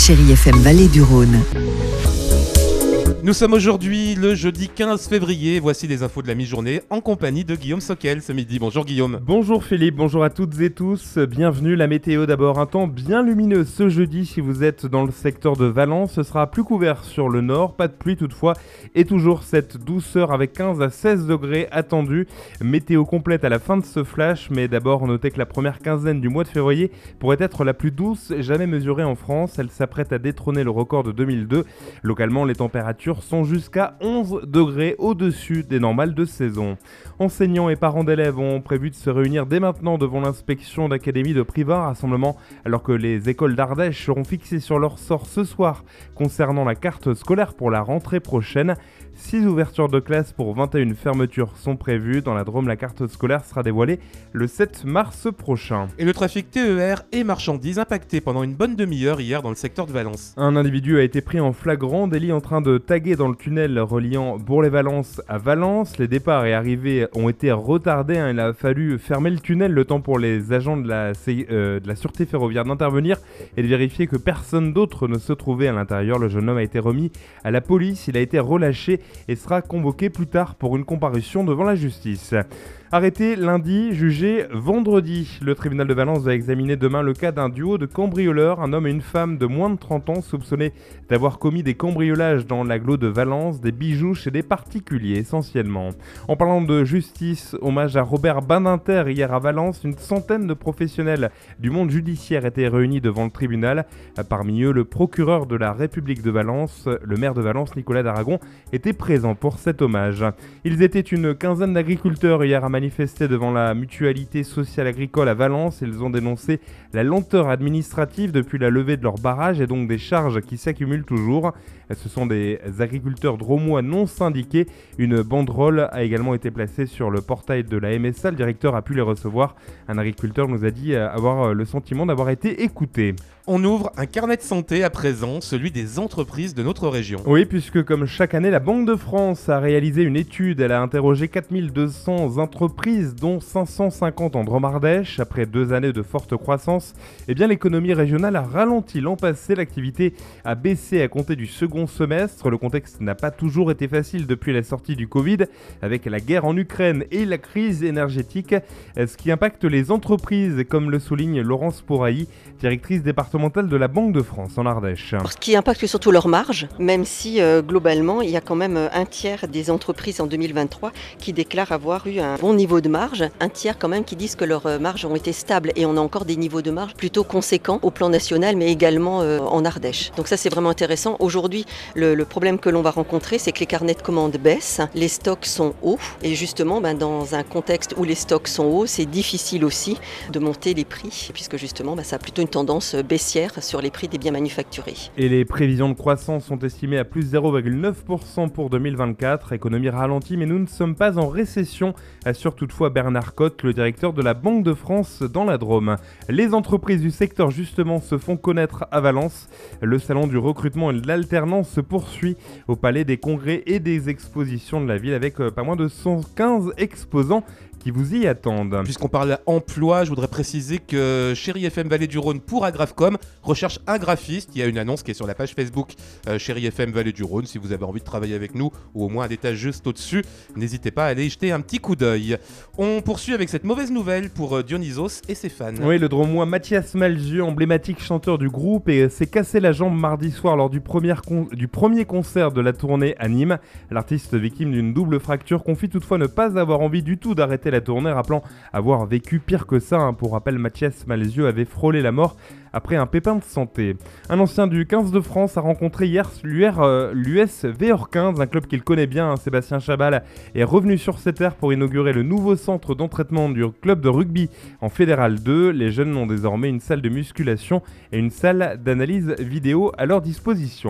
Chérie FM Vallée du Rhône. Nous sommes aujourd'hui le jeudi 15 février. Voici les infos de la mi-journée en compagnie de Guillaume Soquel ce midi. Bonjour Guillaume. Bonjour Philippe, bonjour à toutes et tous. Bienvenue, la météo d'abord. Un temps bien lumineux ce jeudi si vous êtes dans le secteur de Valence. Ce sera plus couvert sur le nord, pas de pluie toutefois. Et toujours cette douceur avec 15 à 16 degrés attendus. Météo complète à la fin de ce flash. Mais d'abord, notez que la première quinzaine du mois de février pourrait être la plus douce jamais mesurée en France. Elle s'apprête à détrôner le record de 2002. Localement, les températures sont jusqu'à 11 degrés au-dessus des normales de saison. Enseignants et parents d'élèves ont prévu de se réunir dès maintenant devant l'inspection d'académie de Privas, rassemblement alors que les écoles d'Ardèche seront fixées sur leur sort ce soir concernant la carte scolaire pour la rentrée prochaine. 6 ouvertures de classe pour 21 fermetures sont prévues. Dans la Drôme, la carte scolaire sera dévoilée le 7 mars prochain. Et le trafic TER et marchandises impacté pendant une bonne demi-heure hier dans le secteur de Valence. Un individu a été pris en flagrant délit en train de taguer dans le tunnel reliant Bourg-les-Valences à Valence. Les départs et arrivées ont été retardés. Il a fallu fermer le tunnel le temps pour les agents de la sûreté ferroviaire d'intervenir et de vérifier que personne d'autre ne se trouvait à l'intérieur. Le jeune homme a été remis à la police. Il a été relâché et sera convoqué plus tard pour une comparution devant la justice. Arrêté lundi, jugé vendredi. Le tribunal de Valence va examiner demain le cas d'un duo de cambrioleurs, un homme et une femme de moins de 30 ans soupçonnés d'avoir commis des cambriolages dans l'agglo de Valence, des bijoux chez des particuliers essentiellement. En parlant de justice, hommage à Robert Badinter hier à Valence, une centaine de professionnels du monde judiciaire étaient réunis devant le tribunal. Parmi eux, le procureur de la République de Valence, le maire de Valence, Nicolas d'Aragon, était présent pour cet hommage. Ils étaient une quinzaine d'agriculteurs hier à manifesté devant la mutualité sociale agricole à Valence. Ils ont dénoncé la lenteur administrative depuis la levée de leur barrage et donc des charges qui s'accumulent toujours. Ce sont des agriculteurs drômois non syndiqués. Une banderole a également été placée sur le portail de la MSA. Le directeur a pu les recevoir. Un agriculteur nous a dit avoir le sentiment d'avoir été écouté. On ouvre un carnet de santé à présent, celui des entreprises de notre région. Oui, puisque comme chaque année, la Banque de France a réalisé une étude. Elle a interrogé 4200 entreprises, dont 550 en Drôme-Ardèche. Après 2 années de forte croissance, l'économie régionale a ralenti l'an passé. L'activité a baissé à compter du second semestre. Le contexte n'a pas toujours été facile depuis la sortie du Covid, avec la guerre en Ukraine et la crise énergétique, ce qui impacte les entreprises, comme le souligne Laurence Porailly, directrice départementale de la Banque de France en Ardèche. Ce qui impacte surtout leur marge, même si globalement il y a quand même un tiers des entreprises en 2023 qui déclarent avoir eu un bon niveau de marge, un tiers quand même qui disent que leurs marges ont été stables et on a encore des niveaux de marge plutôt conséquents au plan national mais également en Ardèche. Donc ça c'est vraiment intéressant. Aujourd'hui le problème que l'on va rencontrer c'est que les carnets de commandes baissent, les stocks sont hauts et justement dans un contexte où les stocks sont hauts c'est difficile aussi de monter les prix puisque justement ça a plutôt une tendance baissière sur les prix des biens manufacturés. Et les prévisions de croissance sont estimées à plus 0,9% pour 2024. Économie ralentie, mais nous ne sommes pas en récession, assure toutefois Bernard Cotte, le directeur de la Banque de France dans la Drôme. Les entreprises du secteur justement se font connaître à Valence. Le salon du recrutement et de l'alternance se poursuit au Palais des Congrès et des Expositions de la ville avec pas moins de 115 exposants qui vous y attendent. Puisqu'on parle emploi, je voudrais préciser que Chérie FM Vallée du Rhône pour Agrafcom recherche un graphiste. Il y a une annonce qui est sur la page Facebook Chérie FM Vallée du Rhône. Si vous avez envie de travailler avec nous ou au moins un étage juste au-dessus, n'hésitez pas à aller y jeter un petit coup d'œil. On poursuit avec cette mauvaise nouvelle pour Dionysos et ses fans. Oui, le drômois Mathias Malzieu, emblématique chanteur du groupe, s'est cassé la jambe mardi soir lors du premier concert de la tournée à Nîmes. L'artiste victime d'une double fracture confie toutefois ne pas avoir envie du tout d'arrêter la tournée, rappelant avoir vécu pire que ça. Pour rappel, Mathias Malzieu avait frôlé la mort après un pépin de santé. Un ancien du 15 de France a rencontré hier l'US VR15, un club qu'il connaît bien. Sébastien Chabal est revenu sur ses terres pour inaugurer le nouveau centre d'entraînement du club de rugby en Fédéral 2. Les jeunes ont désormais une salle de musculation et une salle d'analyse vidéo à leur disposition.